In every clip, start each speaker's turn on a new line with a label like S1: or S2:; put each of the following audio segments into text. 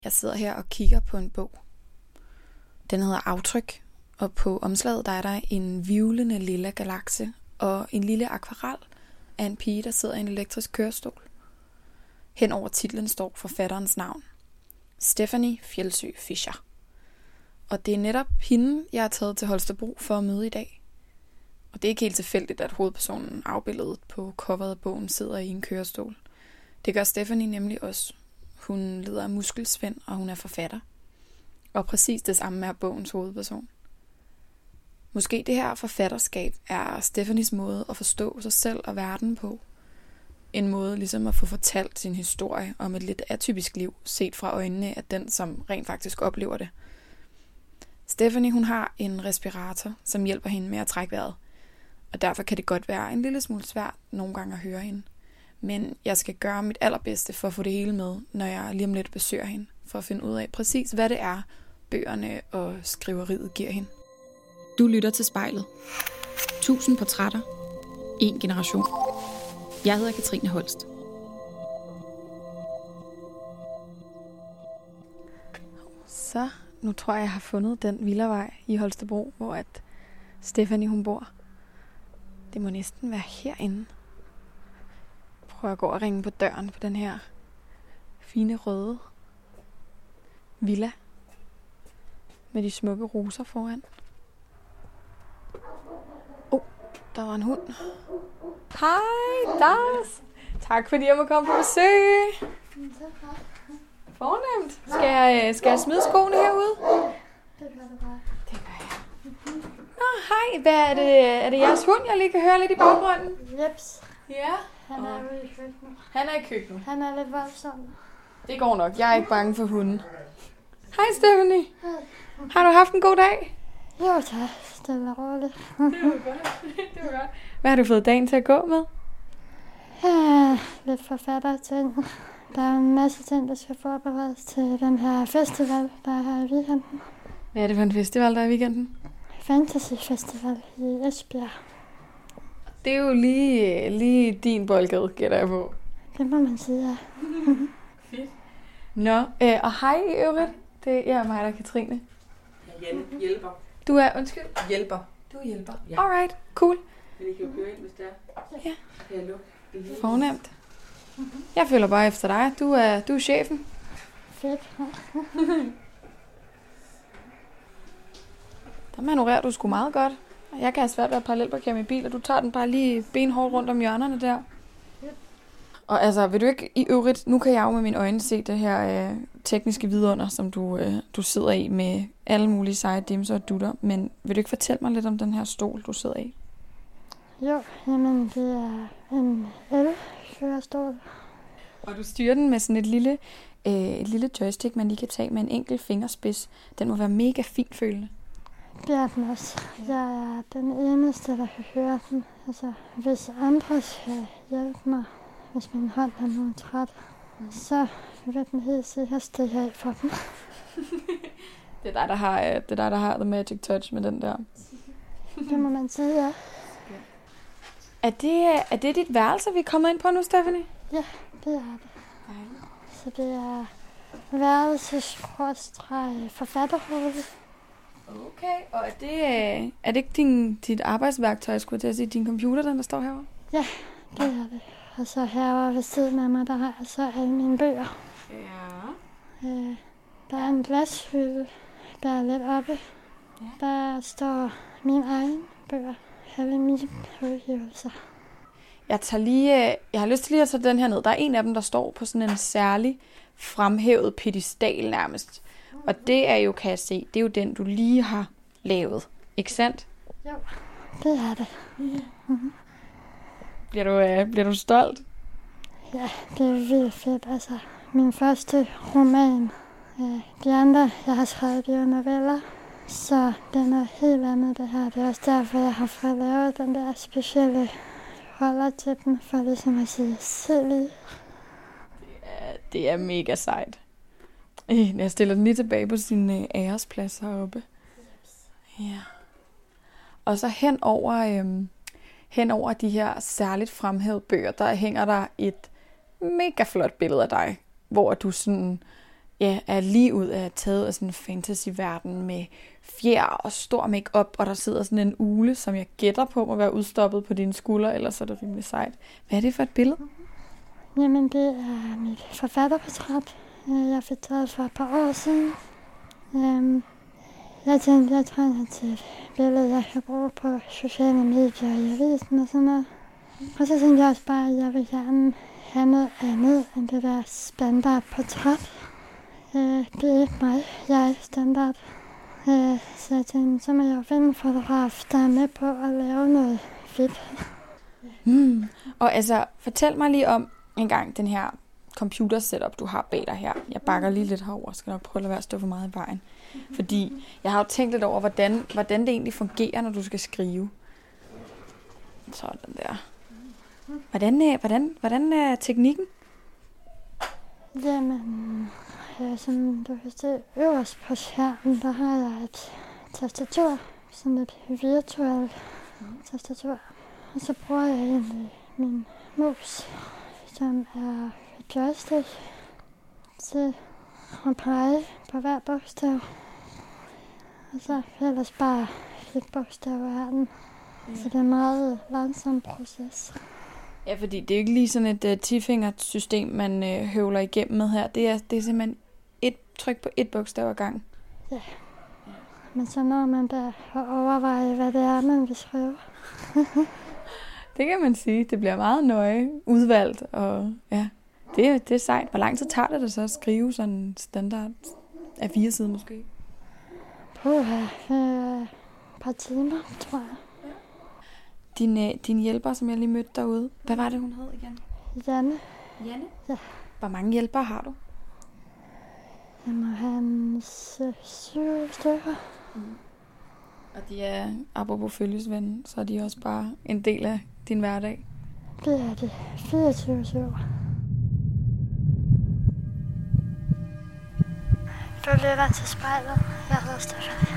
S1: Jeg sidder her og kigger på en bog. Den hedder Aftryk, og på omslaget der er der en hvirvlende lilla galakse og en lille akvarel af en pige, der sidder i en elektrisk kørestol. Hen over titlen står forfatterens navn. Stephanie Fjeldsø Fischer. Og det er netop hende, jeg har taget til Holstebro for at møde i dag. Og det er ikke helt tilfældigt, at hovedpersonen afbilledet på coveret af bogen sidder i en kørestol. Det gør Stephanie nemlig også. Hun lider af muskelsvind, og hun er forfatter. Og præcis det samme er bogens hovedperson. Måske det her forfatterskab er Stephanies måde at forstå sig selv og verden på. En måde ligesom at få fortalt sin historie om et lidt atypisk liv, set fra øjnene af den, som rent faktisk oplever det. Stephanie, hun har en respirator, som hjælper hende med at trække vejret. Og derfor kan det godt være en lille smule svært nogle gange at høre hende. Men jeg skal gøre mit allerbedste for at få det hele med, når jeg lige om lidt besøger hende, for at finde ud af præcis, hvad det er, bøgerne og skriveriet giver hende. Du lytter til Spejlet. 1000 portrætter. 1 generation. Jeg hedder Katrine Holst. Så nu tror jeg har fundet den villavej i Holstebro, hvor at Stephanie hun bor. Det må næsten være herinde. Prøv at gå og ringe på døren på den her fine røde villa med de smukke roser foran. Der var en hund. Hej, Lars. Tak fordi jeg må komme på besøg. Fornemt. Skal jeg smide skoene herude?
S2: Det gør du bare.
S1: Det gør jeg. Hej. Hvad er det? Er det jeres hund, jeg lige kan høre lidt i baggrunden?
S2: Jeps.
S1: Ja.
S2: Han er ude i køkkenet.
S1: Han er i køkkenet.
S2: Han er lidt voldsom.
S1: Det går nok. Jeg er ikke bange for hunden. Hej, Stephanie. Har du haft en god dag?
S2: Jo, tak. Stille og roligt.
S1: Det var godt. Det var godt. Hvad har du fået dagen til at gå med?
S2: Ja, lidt forfatterting. Der er en masse ting, der skal forberedes til den her festival, der er her i weekenden.
S1: Hvad er det for en festival, der er i weekenden?
S2: Fantasy Festival i Esbjerg.
S1: Det er jo lige din boldgade, gætter jeg på.
S2: Det må man sige, ja.
S1: Fedt. Nå, og hej i øvrigt. Det er mig, der er Katrine.
S3: Hjælper.
S1: Du er, undskyld.
S3: Hjælper.
S1: Du er hjælper.
S3: Ja.
S1: Alright, cool.
S3: Men I kan jo køre ind, hvis det er.
S1: Ja.
S3: Kan jeg lukke det hele?
S1: Fornemt. Jeg følger bare efter dig. Du er chefen.
S2: Fedt.
S1: Der manøvrerer du sgu meget godt. Jeg kan have svært ved at parallelparkere min bil, og du tager den bare lige benhårdt rundt om hjørnerne der.
S2: Yep.
S1: Og altså, vil du ikke i øvrigt, nu kan jeg jo med mine øjne se det her tekniske vidunder, som du sidder i med alle mulige seje dimser og dutter, men vil du ikke fortælle mig lidt om den her stol, du sidder i?
S2: Jo, jamen det er en el-kørestol.
S1: Og du styrer den med sådan et lille joystick, man lige kan tage med en enkelt fingerspids. Den må være mega finfølende.
S2: Det er den også. Jeg er den eneste, der kan høre den. Altså, hvis andre skal hjælpe mig, hvis min hånd er noget træt, så vil den helt sikkert stikke af for dem.
S1: Det er dig, der har the magic touch med den der.
S2: Det må man sige, ja.
S1: Er det dit værelse, vi er kommet ind på nu, Stephanie?
S2: Ja, det er det. Så det er værelses-forfatterhovedet.
S1: Okay, og er det ikke dit arbejdsværktøj, skulle jeg til at sige, din computer, den der står herovre?
S2: Ja, det er det. Og så herovre ved siden af mig, der har jeg så alle mine bøger.
S1: Ja.
S2: Der er en glashylde, der er lidt oppe. Ja. Der står mine egne bøger. Alle mine udgivelser.
S1: Jeg har lyst til lige at tage den her ned. Der er en af dem, der står på sådan en særlig fremhævet pedestal nærmest. Og det er jo, kan jeg se, det er jo den, du lige har lavet. Ikke sandt?
S2: Jo, det er det. Mm-hmm.
S1: Bliver du stolt?
S2: Ja, det er vildt fedt. Altså, min første roman. De andre, jeg har skrevet, de noveller. Så den er helt andet, det her. Det er også derfor, jeg har fået lavet den der specielle holder til den, for ligesom at sige, se lige.
S1: Det er mega sejt. Jeg stiller den lige tilbage på sin æresplads heroppe. Ja. Og så hen over de her særligt fremhævede bøger, der hænger der et mega flot billede af dig, hvor du sådan er lige ud af taget af sådan en fantasy-verden med fjer og stor make-up, og der sidder sådan en ugle, som jeg gætter på må være udstoppet på dine skuldre, ellers er det rimelig sejt. Hvad er det for et billede?
S2: Jamen, det er mit forfatterportræt. Jeg fik taget for et par år siden. Jeg tænkte, jeg trænger til et billede, jeg kan bruge på sociale medier og i avisen og sådan noget. Og så tænkte jeg også bare, at jeg vil gerne have noget andet end det der standardportræt. Det er ikke mig, jeg er standard. Så jeg tænkte, så må jeg jo finde en fotograf, der er med på at lave noget fedt.
S1: Og altså, fortæl mig lige om en gang den her computer-setup, du har bag dig her. Jeg bakker lige lidt herover, skal nok prøve at lade være at stå for meget i vejen. Fordi jeg har jo tænkt lidt over, hvordan det egentlig fungerer, når du skal skrive. Sådan der. Hvordan er teknikken?
S2: Jamen, som du kan se øverst på skærmen, der har jeg et tastatur, sådan et virtuelt tastatur. Og så bruger jeg egentlig min mus, som er et joystick, til at pege på hver bogstav. Og så ellers bare et bogstav af den. Så det er en meget langsom proces.
S1: Ja, fordi det er jo ikke lige sådan et 10-fingersystem, man høvler igennem med her. Det er simpelthen et tryk på et bogstav ad gang.
S2: Ja. Men så når man da at overveje, hvad det er, man vil skrive.
S1: Det kan man sige. Det bliver meget nøje udvalgt, og ja, det er sejt. Hvor lang tid tager det så at skrive sådan en standard af 4 sider måske?
S2: På et par timer, tror jeg.
S1: Din hjælper, som jeg lige mødte derude, hvad var det, hun hed igen?
S2: Janne.
S1: Janne?
S2: Ja.
S1: Hvor mange hjælpere har du?
S2: Jeg må have en 7 stykker.
S1: Og de er, apropos følgesven, så er de også bare en del af din hverdag?
S2: Det er det. 24/7. Du lytter til spejlet. Jeg hedder Stefanie.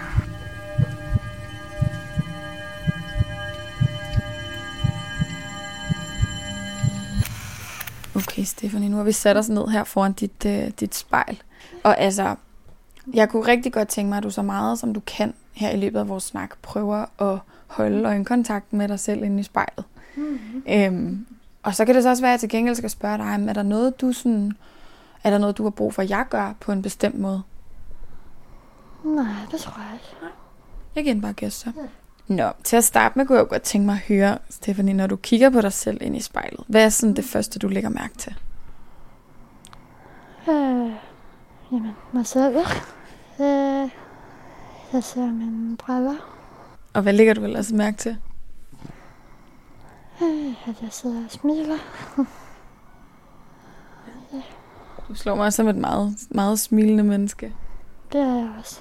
S1: Okay, Stefanie, nu har vi sat os ned her foran dit spejl. Og altså, jeg kunne rigtig godt tænke mig, at du så meget som du kan her i løbet af vores snak prøver at holde øjenkontakt med dig selv inde i spejlet. Og så kan det så også være, at jeg til gengæld skal spørge dig, er der noget, du har brug for, at jeg gør på en bestemt måde?
S2: Nej, det tror jeg ikke.
S1: Jeg kan bare gæste så. Nå, til at starte med kunne jeg godt tænke mig at høre, Stefanie, når du kigger på dig selv ind i spejlet, hvad er sådan det første, du lægger mærke til?
S2: Jamen, mig selv. Jeg ser mine briller.
S1: Og hvad lægger du ellers mærke til?
S2: At jeg sidder og smiler. Ja.
S1: Du slår mig som et meget, meget smilende menneske.
S2: Det er jeg også.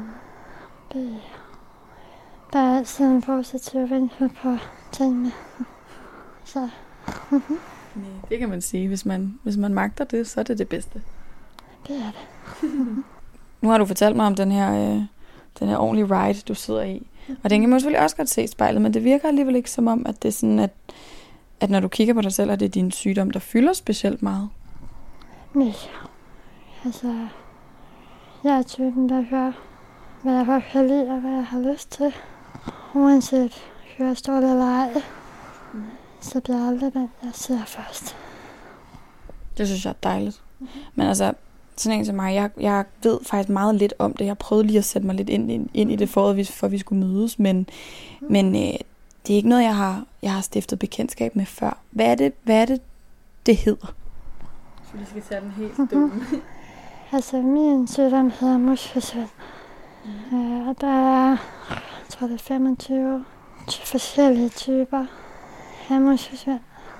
S2: Der er altid en positiv vinkel på tingene. Så.
S1: Det kan man sige. Hvis man magter det, så er det det bedste.
S2: Det er det.
S1: Nu har du fortalt mig om den her ordentlige ride, du sidder i. Og den kan man selvfølgelig også godt se i spejlet, men det virker alligevel ikke som om, at det er sådan, at når du kigger på dig selv, er det din sygdom, der fylder specielt meget.
S2: Nej. Altså, jeg er typen, der hører, hvad jeg godt kan lide og hvad jeg har lyst til. Uanset kørestol eller ej, så bliver jeg aldrig den, jeg ser først.
S1: Det synes jeg er dejligt. Men altså, sådan en som mig, jeg ved faktisk meget lidt om det. Jeg prøvede lige at sætte mig lidt ind i det, for at vi skulle mødes, men det er ikke noget, jeg har stiftet bekendtskab med før. Hvad er det hedder? Så vi skal tage den helt dumme.
S2: Altså, min sygdom hedder muskelsvind. Og der er, jeg tror det er 25 forskellige typer af muskelsvind.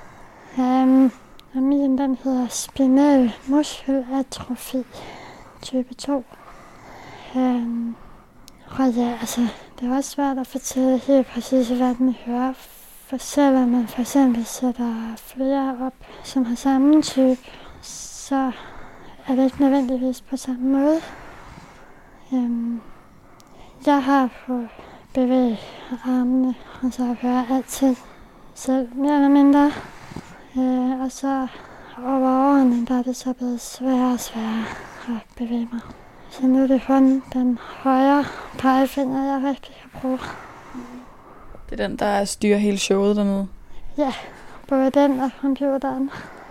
S2: Og min, den hedder spinal muskelatrofi type 2. Og ja, altså, det er også svært at fortælle helt præcis, hvad den hører. For selvom man for eksempel sætter flere op, som har samme type, så er det ikke nødvendigvis på samme måde. Jeg har på bevæge armene, og så hører altid selv mere eller mindre. Og så over årene, der er det så blevet sværere og sværere at bevæge mig. Så nu er det kun den højre pegefinger, jeg rigtig kan bruge.
S1: Det er den, der styrer hele showet dernede?
S2: Ja, både den og computeren.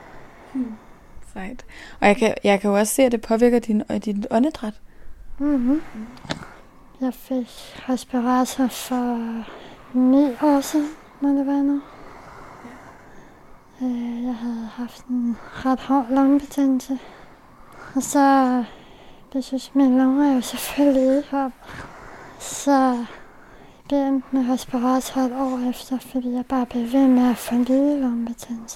S1: Sejt. Og jeg kan jo også se, at det påvirker din åndedræt.
S2: Mm-hmm. Jeg fik respirator for 9 år siden, må det være nu. Jeg havde haft en ret hård lungebetændelse. Og så, det synes mine lunger jo selvfølgelig ikke om. Så det endte med respirator et år efter, fordi jeg bare blev ved med at få en lille lungebetændelse.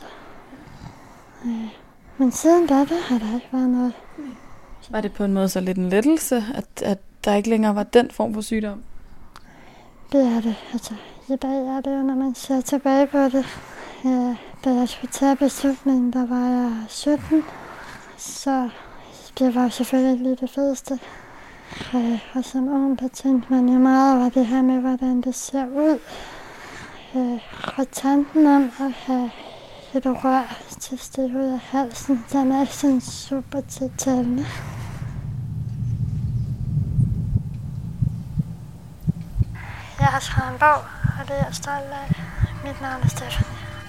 S2: Men siden da, der har der ikke været noget.
S1: Var det på en måde så lidt en lettelse, at der ikke længere var den form for sygdom?
S2: Det er det. Altså, i dag er det jo, når man ser tilbage på det. Da jeg skulle tage beslutningen, der var jeg 17. Så det var selvfølgelig lige det fedeste. Og som ung, der tænkte man jo meget over det her med, hvordan det ser ud. Og tanken om at have et rør til stik ud af halsen, den er sådan super tiltalende. Jeg har skrevet en bog, og det er jeg stolt af. Mit navn er Stefan.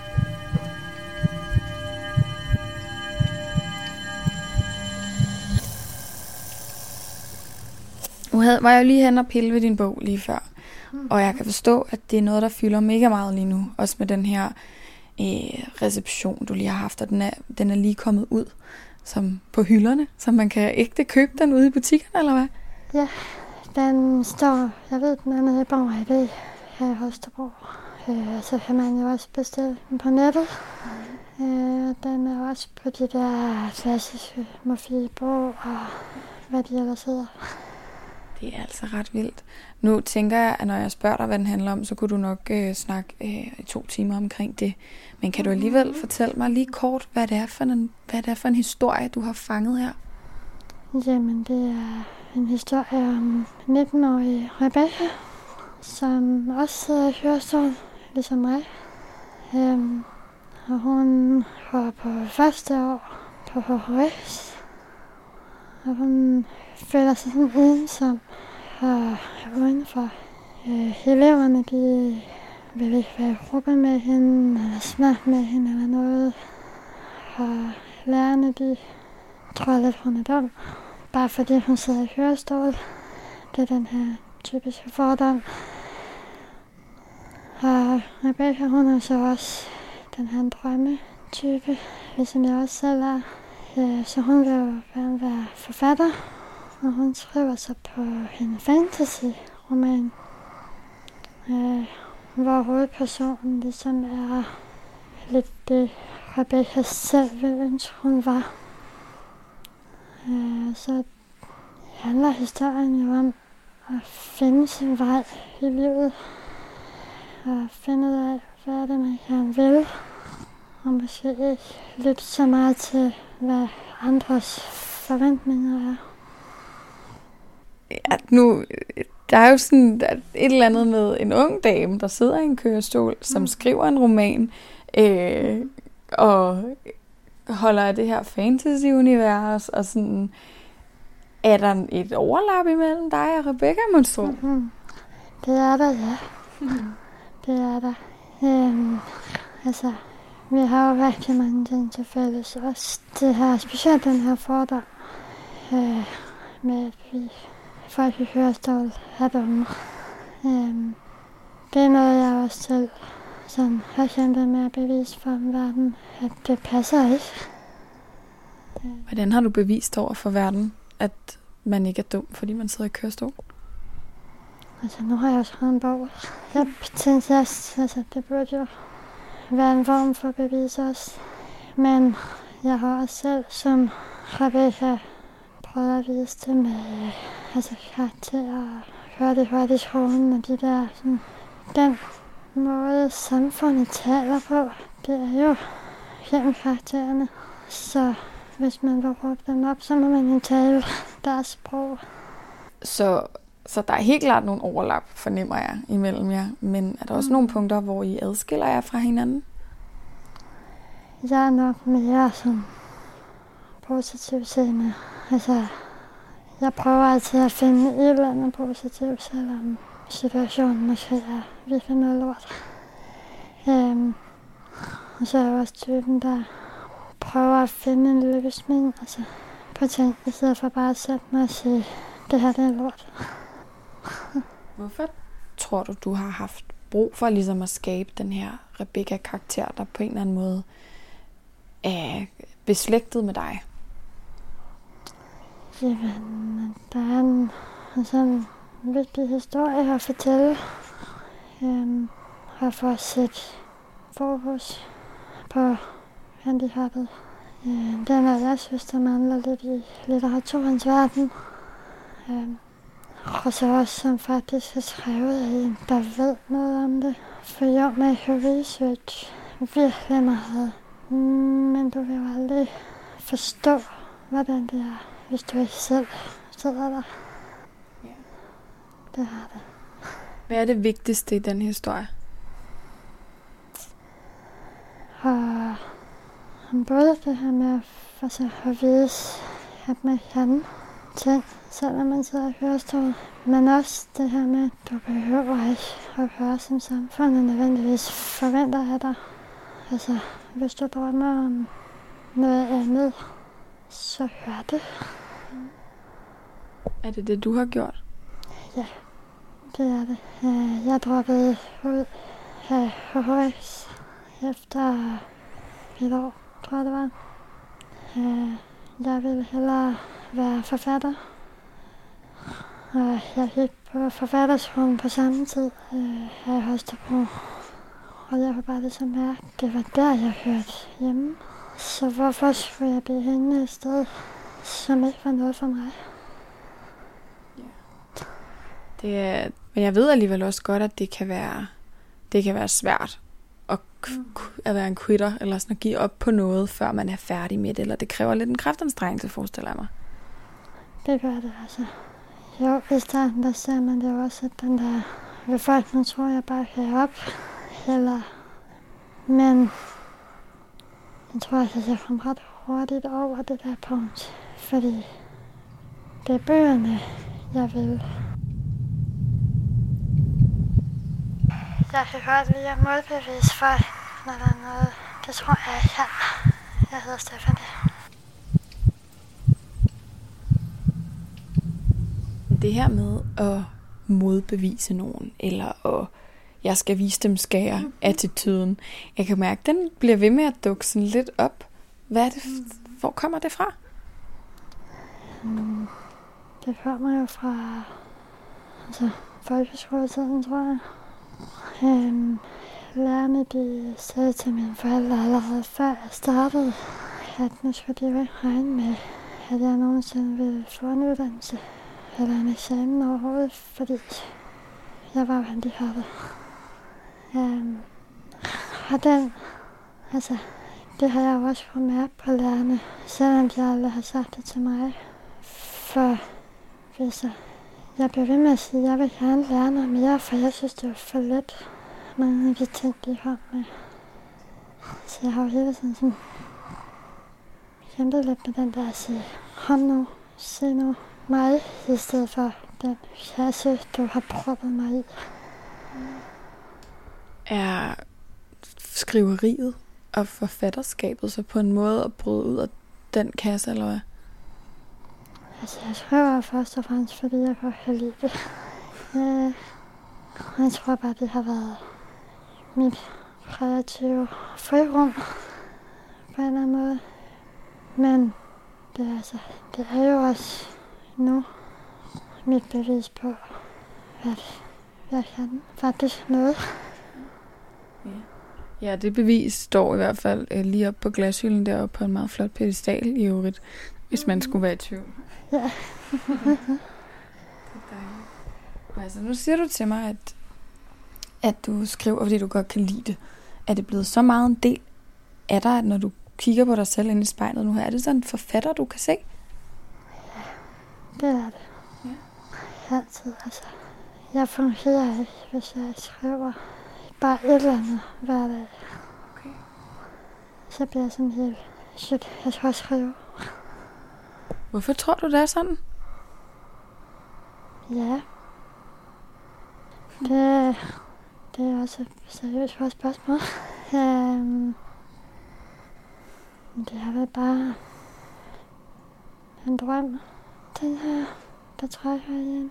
S1: Nu var jeg jo lige hen og pille ved din bog lige før. Og jeg kan forstå, at det er noget, der fylder mega meget lige nu. Også med den her reception, du lige har haft. Og den er lige kommet ud som på hylderne. Så man kan ikke købe den ude i butikkerne, eller hvad?
S2: Ja, den står, jeg ved, den er nede i Borg ID her i Holstebro. Så kan man jo også bestille den på nettet. Den er også på de der klassiske Mofibo og hvad de ellers hedder.
S1: Det er altså ret vildt. Nu tænker jeg, at når jeg spørger dig, hvad den handler om, så kunne du nok snakke i 2 timer omkring det. Men kan du alligevel fortælle mig lige kort, hvad det er for en historie, du har fanget her?
S2: Jamen, det er en historie om 19-årige Rebecca, som også sidder i kørestol, ligesom mig. Og hun var på første år på HHS, og hun føler sig sådan ensom og udenfor. Eleverne, de vil ikke være i gruppe med hende, eller snakke med hende eller noget. Og lærerne, de tror lidt, hun er dum, bare fordi hun sidder i kørestol. Det er den her typiske fordom. Og Rebecca, hun er så også den her drømmetype, ligesom jeg også selv er. Så hun vil jo gerne være forfatter, og hun skriver sig på en fantasy-roman, hvor hovedpersonen ligesom er lidt det, Rebecca selv ville ønske, hun var. Så handler historien jo om at finde sin vej i livet, og finde ud af, hvad er det, man gerne vil, og måske ikke lytte så meget til, hvad andres forventninger er.
S1: Ja, nu, der er jo sådan et eller andet med en ung dame, der sidder i en kørestol, som skriver en roman, og holder af det her fantasy-univers, og sådan, er der et overlap imellem dig og Rebecca, monstro?
S2: Mm-hmm. Det er der, ja. Det er der. Altså, vi har jo rigtig mange ting til fælles. Også det her, specielt den her fordom, med at vi folk i kørestol er dumme. Det er noget, jeg også selv sådan har kæmpet med at bevise for verden, at det passer ikke.
S1: Hvordan har du bevist over for verden, at man ikke er dum, fordi man sidder i kørestol?
S2: Altså, nu har jeg også skrevet en bog. Jeg tænkte, altså, det burde jo være en form for bevis også. Men jeg har også selv, som Rebecca, prøvet at vise det med karakterer og høre det højt i skolen, og de der, sådan, den måde samfundet taler på, det er jo gennem karaktererne. Så hvis man vil råbe dem op, så må man jo tale deres sprog.
S1: Så der er helt klart nogle overlap, fornemmer jeg, imellem jer. Men er der også nogle punkter, hvor I adskiller jer fra hinanden?
S2: Jeg er nok mere sådan positivt seende Altså, jeg prøver altid at finde et eller andet positivt, selvom situationen måske er virkelig noget lort. Og så er jeg også typen, der prøver at finde en løsning altså, på ting, i stedet for bare at sætte mig og sige, det her det er lort.
S1: Hvorfor tror du, du har haft brug for ligesom at skabe den her Rebecca-karakter, der på en eller anden måde er beslægtet med dig?
S2: Jamen, der er en vigtig historie at fortælle. Og for at sætte fokus på handicappet. Den er, jeg synes, der mangler lidt i litteraturens verden. Og så også som faktisk er skrevet af en, der ved noget om det. For jo, man kan research virkelig meget. Men du vil jo aldrig forstå, hvordan det er, hvis du ikke selv sidder der.
S1: Ja.
S2: Det er det.
S1: Hvad er det vigtigste i den historie?
S2: Og både det her med at vise, at man kan ting, selvom man sidder i kørestol, men også det her med, at du behøver ikke at høre som samfundet nødvendigvis forventer af dig. Altså, hvis du drømmer om noget andet, så hør det.
S1: Er det det, du har gjort?
S2: Ja, det er det. Jeg droppede ud af HHX efter et år, tror jeg det var. Jeg ville hellere være forfatter. Og jeg gik på forfatterskolen på samme tid her i Holstebro. Og jeg kunne bare ligesom mærke, at det var der, jeg hørte hjemme. Så hvorfor skulle jeg blive hængende et sted, som ikke var noget for mig?
S1: Men jeg ved alligevel også godt, at det kan være svært at være en quitter, eller sådan at give op på noget, før man er færdig med det, eller det kræver lidt en kraftanstrengelse, forestiller jeg mig.
S2: Det gør det altså. Jo, i starten der ser man det jo også, at den der ved folk, nu tror jeg bare kan op, eller, men jeg tror, at jeg kom ret hurtigt over det der punkt, fordi det er bøgerne, jeg vil. Jeg kan godt lide at modbevise folk, når der er noget. Det tror jeg, jeg kan. Jeg hedder Stefanie.
S1: Det her med at modbevise nogen, eller at jeg skal vise dem skære attituden. Jeg kan mærke, at den bliver ved med at dukke sådan lidt op. Hvad er det? Hvor kommer det fra?
S2: Det kommer jo fra folkeskoletiden, tror jeg. Lærerne de sagde til mine forældre allerede før jeg startede, at nu skulle de jo ikke regne med, at jeg nogensinde ville få en uddannelse eller en eksamen overhovedet, fordi jeg var handicappet. Og det har jeg jo også kunnet mærke på lærerne, selvom de aldrig har sagt det til mig. For hvis jeg blev ved med at sige, at jeg vil gerne lære noget mere, for jeg synes, det var for let. Mange af de ting, de kom med. Så jeg har jo hele tiden sådan kæmpet lidt med den der at sige, kom nu, se nu mig, i stedet for den kasse, du har proppet mig i.
S1: Er skriveriet og forfatterskabet så på en måde at bryde ud af den kasse, eller hvad?
S2: Altså, jeg skriver først og fremmest, fordi jeg godt kan lide det. Jeg tror bare, det har været mit kreative frirum på en eller anden måde. Men det er jo også nu mit bevis på, at jeg kan faktisk noget.
S1: Ja, det bevis står i hvert fald lige oppe på glashylden deroppe på en meget flot pedestal i øvrigt, hvis man skulle være i tvivl.
S2: Ja.
S1: Altså, nu siger du til mig, at du skriver, fordi du godt kan lide det. Er det blevet så meget en del af dig, at når du kigger på dig selv inde i spejlet nu her, er det sådan en forfatter, du kan se?
S2: Ja, det er det. Ja. Altid, altså. Jeg fungerer ikke, hvis jeg skriver bare et eller andet hver dag.
S1: Okay.
S2: Så bliver jeg sådan helt, shit, jeg skal også skrive.
S1: Hvorfor tror du, det er sådan?
S2: Ja. Det er også et seriøst godt spørgsmål. Det har været bare en drøm, den her, der trækker igen.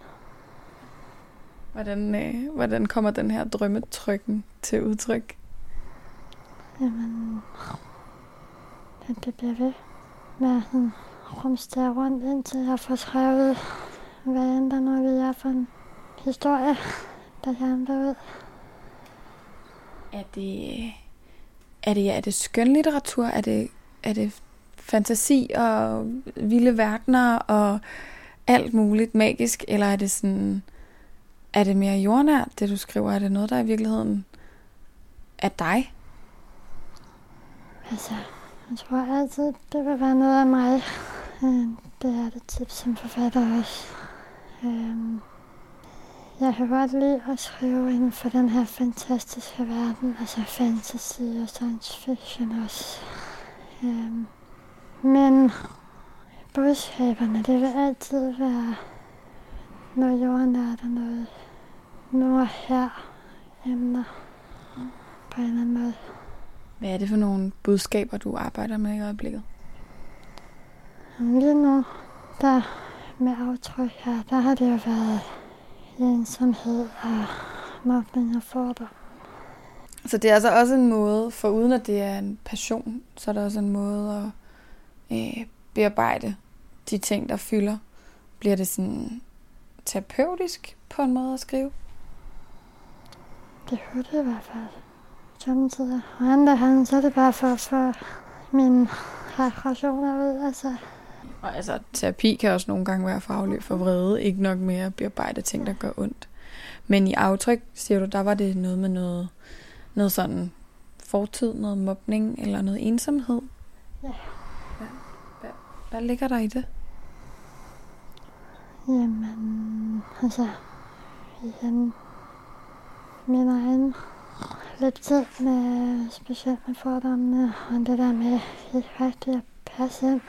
S1: Hvordan kommer den her drømmetrykken til udtryk?
S2: Jamen, at det bliver ved med at rumstere rundt, indtil jeg får skrevet, hvad end der nu vi er for en historie, der gerne derud.
S1: Er det skønlitteratur? Er det fantasi og vilde verdener og alt muligt magisk? Eller er det sådan... Er det mere jordnært, det du skriver? Er det noget, der i virkeligheden er dig?
S2: Altså, jeg tror altid, det vil være noget af mig. Det er det tit som forfatter også. Jeg kan godt lide at skrive inden for den her fantastiske verden, altså fantasy og science fiction også. Men budskaberne, det vil altid være noget jordnært og noget nu og her emner på en eller anden måde.
S1: Hvad er det for nogle budskaber, du arbejder med i øjeblikket?
S2: Lige nu, der med aftryk her, der har det jo været ensomhed og mobning og fordom.
S1: Så det er altså også en måde, for uden at det er en passion, så er det også en måde at bearbejde de ting, der fylder. Bliver det sådan terapeutisk på en måde at skrive?
S2: Det kunne det i hvert fald. Samtidig. Og andre gange, så er det bare for at få mine reaktioner ud.
S1: Og altså, terapi kan også nogle gange være for afløb for vrede. Ikke nok mere at bearbejde ting, der gør ondt. Men i aftryk, siger du, der var det noget med noget sådan fortid, noget mobning eller noget ensomhed.
S2: Ja.
S1: Hvad ligger der i det?
S2: Jamen, altså, igen, min egen lidt tid med, specielt med fordommene, og det der med ikke rigtig at passe ind.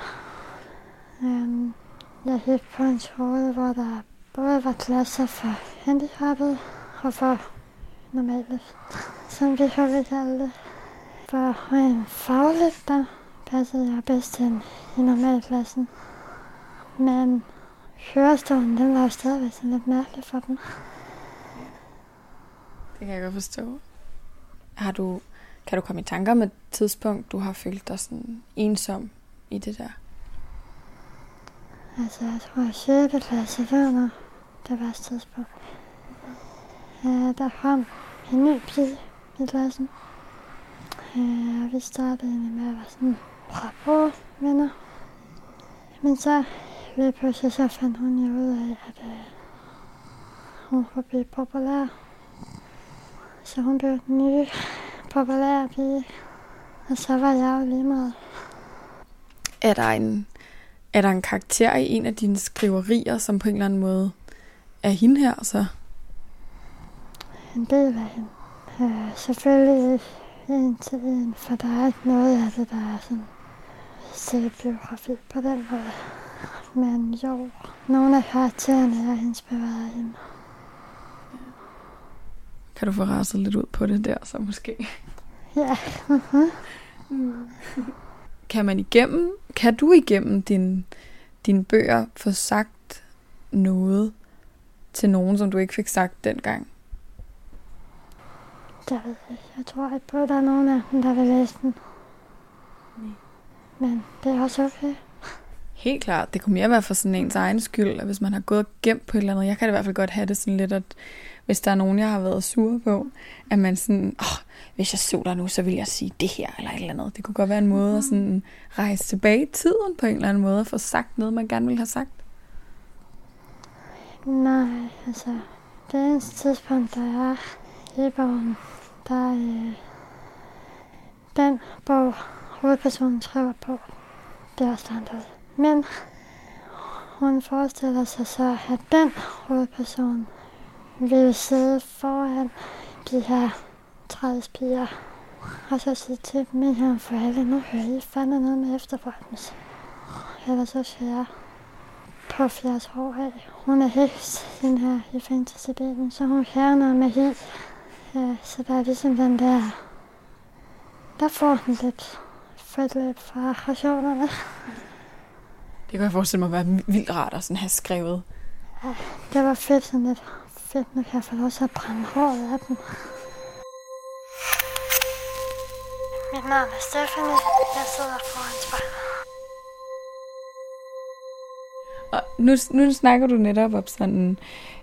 S2: Jeg gik på en skole, hvor der både var klasser for handicappede og for normale, som vi kan kalde det. For rent fagligt, der passede jeg bedst ind i normalklassen. Men kørestolen, den var jo stadigvæk sådan lidt mærkelig for dem.
S1: Det kan jeg godt forstå. Kan du komme i tanker om et tidspunkt, du har følt dig sådan ensom i det der?
S2: Altså, jeg tror, at 6. klasse, det var nok det værste tidspunkt. Der kom en ny pige i klassen. Vi startede med at være sådan ret gode venner. Men så lige pludselig så fandt hun jo ud af, at hun kunne blive populær. Så hun blev den nye populære pige. Og så var jeg jo lige meget.
S1: Er der en karakter i en af dine skriverier, som på en eller anden måde er hende her så?
S2: En del af hende. Selvfølgelig ikke en til en, for der er ikke noget af det, der er sådan selvbiografi på den måde. Men jo, nogle af karaktererne er inspireret af hende.
S1: Kan du få raset lidt ud på det der, så måske?
S2: Ja.
S1: Kan du igennem dine bøger få sagt noget til nogen, som du ikke fik sagt dengang?
S2: Jeg ved ikke. Jeg tror ikke på, at der er nogen af dem, der vil læse den.
S1: Nej.
S2: Men det er også okay.
S1: Helt klart. Det kunne mere være for sådan ens egen skyld, at hvis man har gået og gemt på et eller andet. Jeg kan i hvert fald godt have det sådan lidt, at hvis der er nogen, jeg har været sur på, at man sådan, hvis jeg så dig nu, så vil jeg sige det her, eller et eller andet. Det kunne godt være en måde at sådan rejse tilbage i tiden på en eller anden måde, og få sagt noget, man gerne ville have sagt.
S2: Nej, altså, det eneste tidspunkt, der er i bogen, der er den bog, hovedpersonen skriver på, det er også standard. Men hun forestiller sig så, at den hovedperson vil sidde foran de her 30 piger, og så sige til dem, I har for alle, nu hører I fandme noget med efterfølgelse. Ellers så skal jeg på 80 år af. Hun er heks, den her i fantasy-delen, så hun kan noget magi. Så der er ligesom den der får den lidt lidt fra aggressionerne.
S1: Det kan jeg forestille mig at være vildt rart at sådan have skrevet.
S2: Ja, det var fedt, sådan lidt fedt, nu kan jeg få lov til at brænde håret af den. Mit navn er Stephanie, jeg sidder foran spejlet.
S1: Og nu snakker du netop om sådan,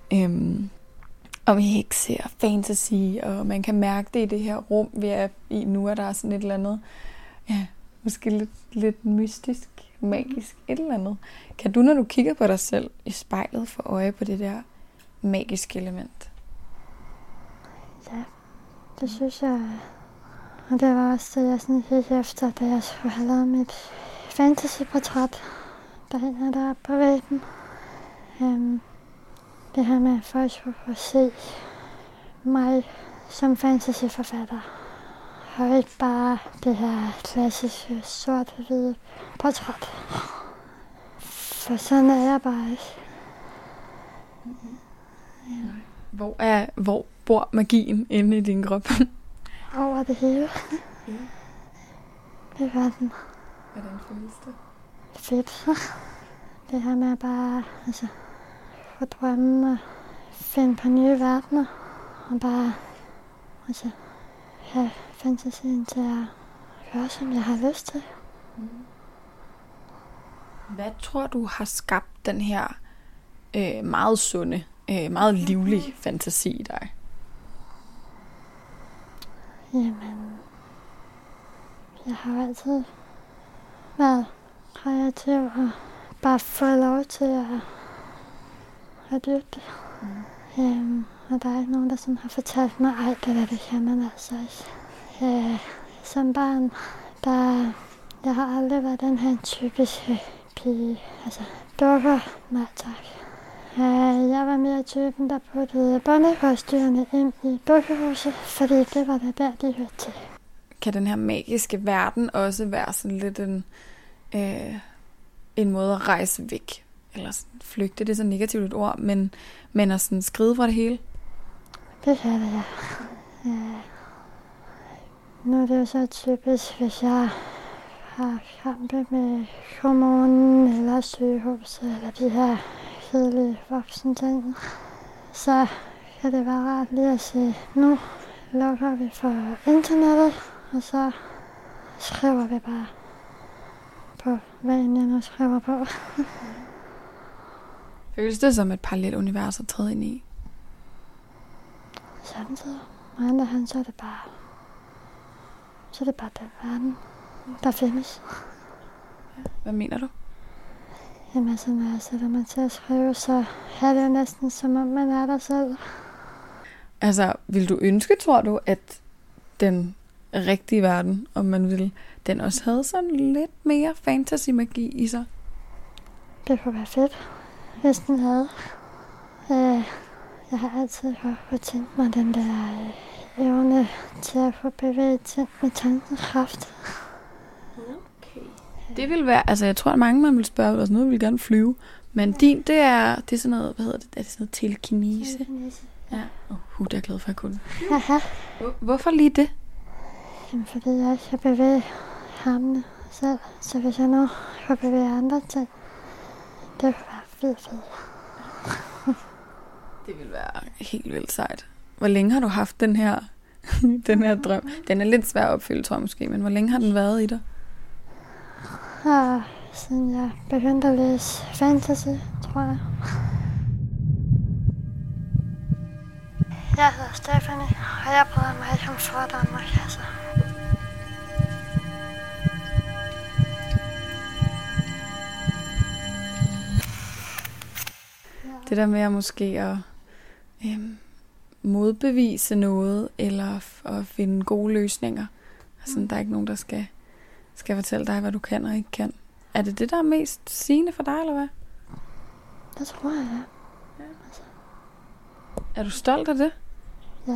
S1: om hekse og fantasy, og man kan mærke det i det her rum, vi er i nu, er der sådan et eller andet, ja, måske lidt mystisk, magisk, et eller andet. Kan du, når du kigger på dig selv i spejlet, få øje på det der magiske element?
S2: Ja, det synes jeg. Og det var også det, jeg sådan gik efter, da jeg skulle have lavet mit fantasyportræt. Der hænger der på væggen. Det her med, at folk skulle få se mig som fantasyforfatter. Og ikke bare det her klassiske sort-hvide portræt. For sådan er jeg bare ikke.
S1: Ja. Hvor bor magien inde i din krop?
S2: Over det hele. Det var den.
S1: Hvordan føles det?
S2: Fedt. Det her med at bare få drømme og finde på nye verdener. Og bare have fantasien til at gøre, som jeg har lyst til.
S1: Hvad tror du har skabt den her meget sunde, meget livlige fantasi i dig?
S2: Jamen, jeg har altid været kreativ og bare fået lov til at dyrke det. Og der er ikke nogen, der sådan har fortalt mig, det kan man altså ikke. Som barn, jeg har aldrig været den her typiske pige. Dukker, nej tak. Jeg var mere typen, der puttede børnekostyrene ind i dukkehuset, fordi det var der de hørte til.
S1: Kan den her magiske verden også være sådan lidt en måde at rejse væk? Eller sådan, flygte, det er så negativt et ord, men at sådan skride fra det hele?
S2: Det kan det, ja. Nu er det jo så typisk, hvis jeg har kampe med kommunen eller sygehuset, eller de her kedelige voksne ting, så kan det være rart lige at sige, nu lukker vi for internettet, og så skriver vi bare på, hvad jeg nu skriver på.
S1: Føles det som et parallelt univers at træde ind i?
S2: Samtidig. Og andre hand, så er det bare den verden, der findes.
S1: Hvad mener du?
S2: Jamen når jeg sætter mig til at skrive, så er det jo næsten som om man er der selv.
S1: Vil du ønske, tror du, at den rigtige verden, om man vil, den også havde sådan lidt mere fantasy-magi i sig?
S2: Det kunne være fedt, hvis den havde. Jeg har altid godt tænkt mig den der evne til at få bevæget ting med tankens kraft.
S1: Okay. Det vil være, jeg tror, at mange man vil spørge, altså noget vil gerne flyve, men din, det er sådan noget, hvad hedder det? Er det sådan noget telekinese? Ja. Det er jeg glad for, at jeg kunne.
S2: Aha.
S1: Hvorfor lige det?
S2: Jamen, fordi jeg ikke kan bevæge hamne selv, så hvis jeg nu kan bevæge andre ting, det kunne være fedt.
S1: Det vil være helt vildt sejt. Hvor længe har du haft den her drøm? Den er lidt svær at opfylde, tror jeg måske, men hvor længe har den været i dig?
S2: Siden jeg begyndte at læse fantasy, tror jeg. Jeg hedder Stephanie, og jeg bryder mig ikke om fordomme og kasser.
S1: Det der med at måske at modbevise noget, eller at finde gode løsninger. Der er ikke nogen, der skal fortælle dig, hvad du kan og ikke kan. Er det det, der er mest sigende for dig, eller hvad?
S2: Det tror jeg, ja.
S1: Er du stolt af det?
S2: Ja.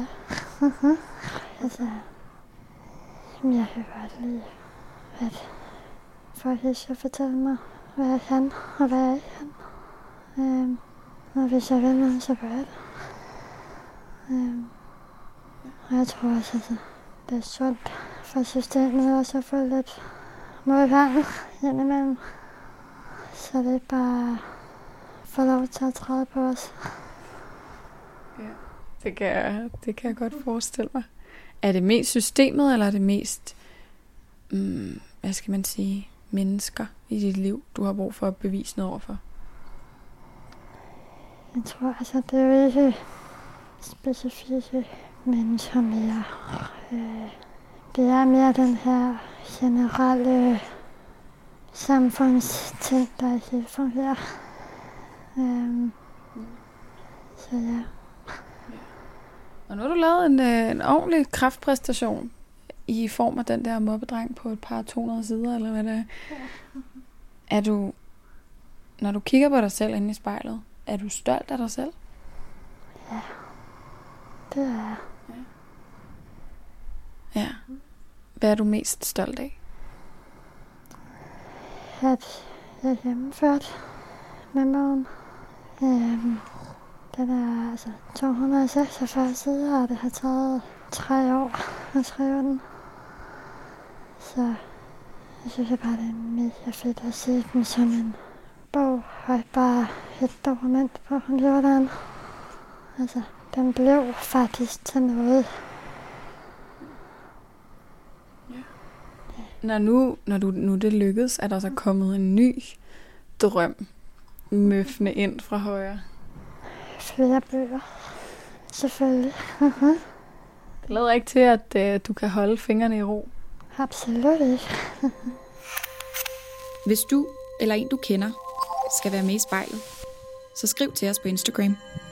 S2: Jeg kan godt lide, at folk skal fortælle mig, hvad jeg kan og hvad jeg ikke kan. Og hvis jeg vil noget, så gør jeg det. Og jeg tror også, at det er sundt for systemet også at få lidt modgang indimellem. Så det er bare få lov til at træde på os.
S1: Ja, det kan jeg godt forestille mig. Er det mest systemet, eller er det mest, hvad skal man sige, mennesker i dit liv, du har brug for at bevise noget overfor?
S2: Jeg tror altså, det er jo ikke specifikke mennesker mere. Det er mere den her generelle samfundsting, der ikke fungerer. Så ja.
S1: Og nu har du lavet en ordentlig kraftpræstation i form af den der mobbedreng på et par 200 sider, eller hvad det er. Er du, når du kigger på dig selv inde i spejlet, er du stolt af dig selv?
S2: Ja, det er jeg.
S1: Ja. Hvad er du mest stolt af?
S2: At jeg er gennemført med maden. Den er altså 246 sider, og det har taget 3 år at skrive den. Så jeg synes bare, det er mega fedt at se den som en bog, og ikke bare et dokument på computeren. Altså, den blev faktisk til noget.
S1: Når nu det lykkedes, er der så kommet en ny drøm møffende ind fra højre.
S2: Flere bøger, selvfølgelig.
S1: Det lader ikke til, at du kan holde fingrene i ro.
S2: Absolut ikke.
S4: Hvis du eller en du kender skal være med i spejlet, så skriv til os på Instagram.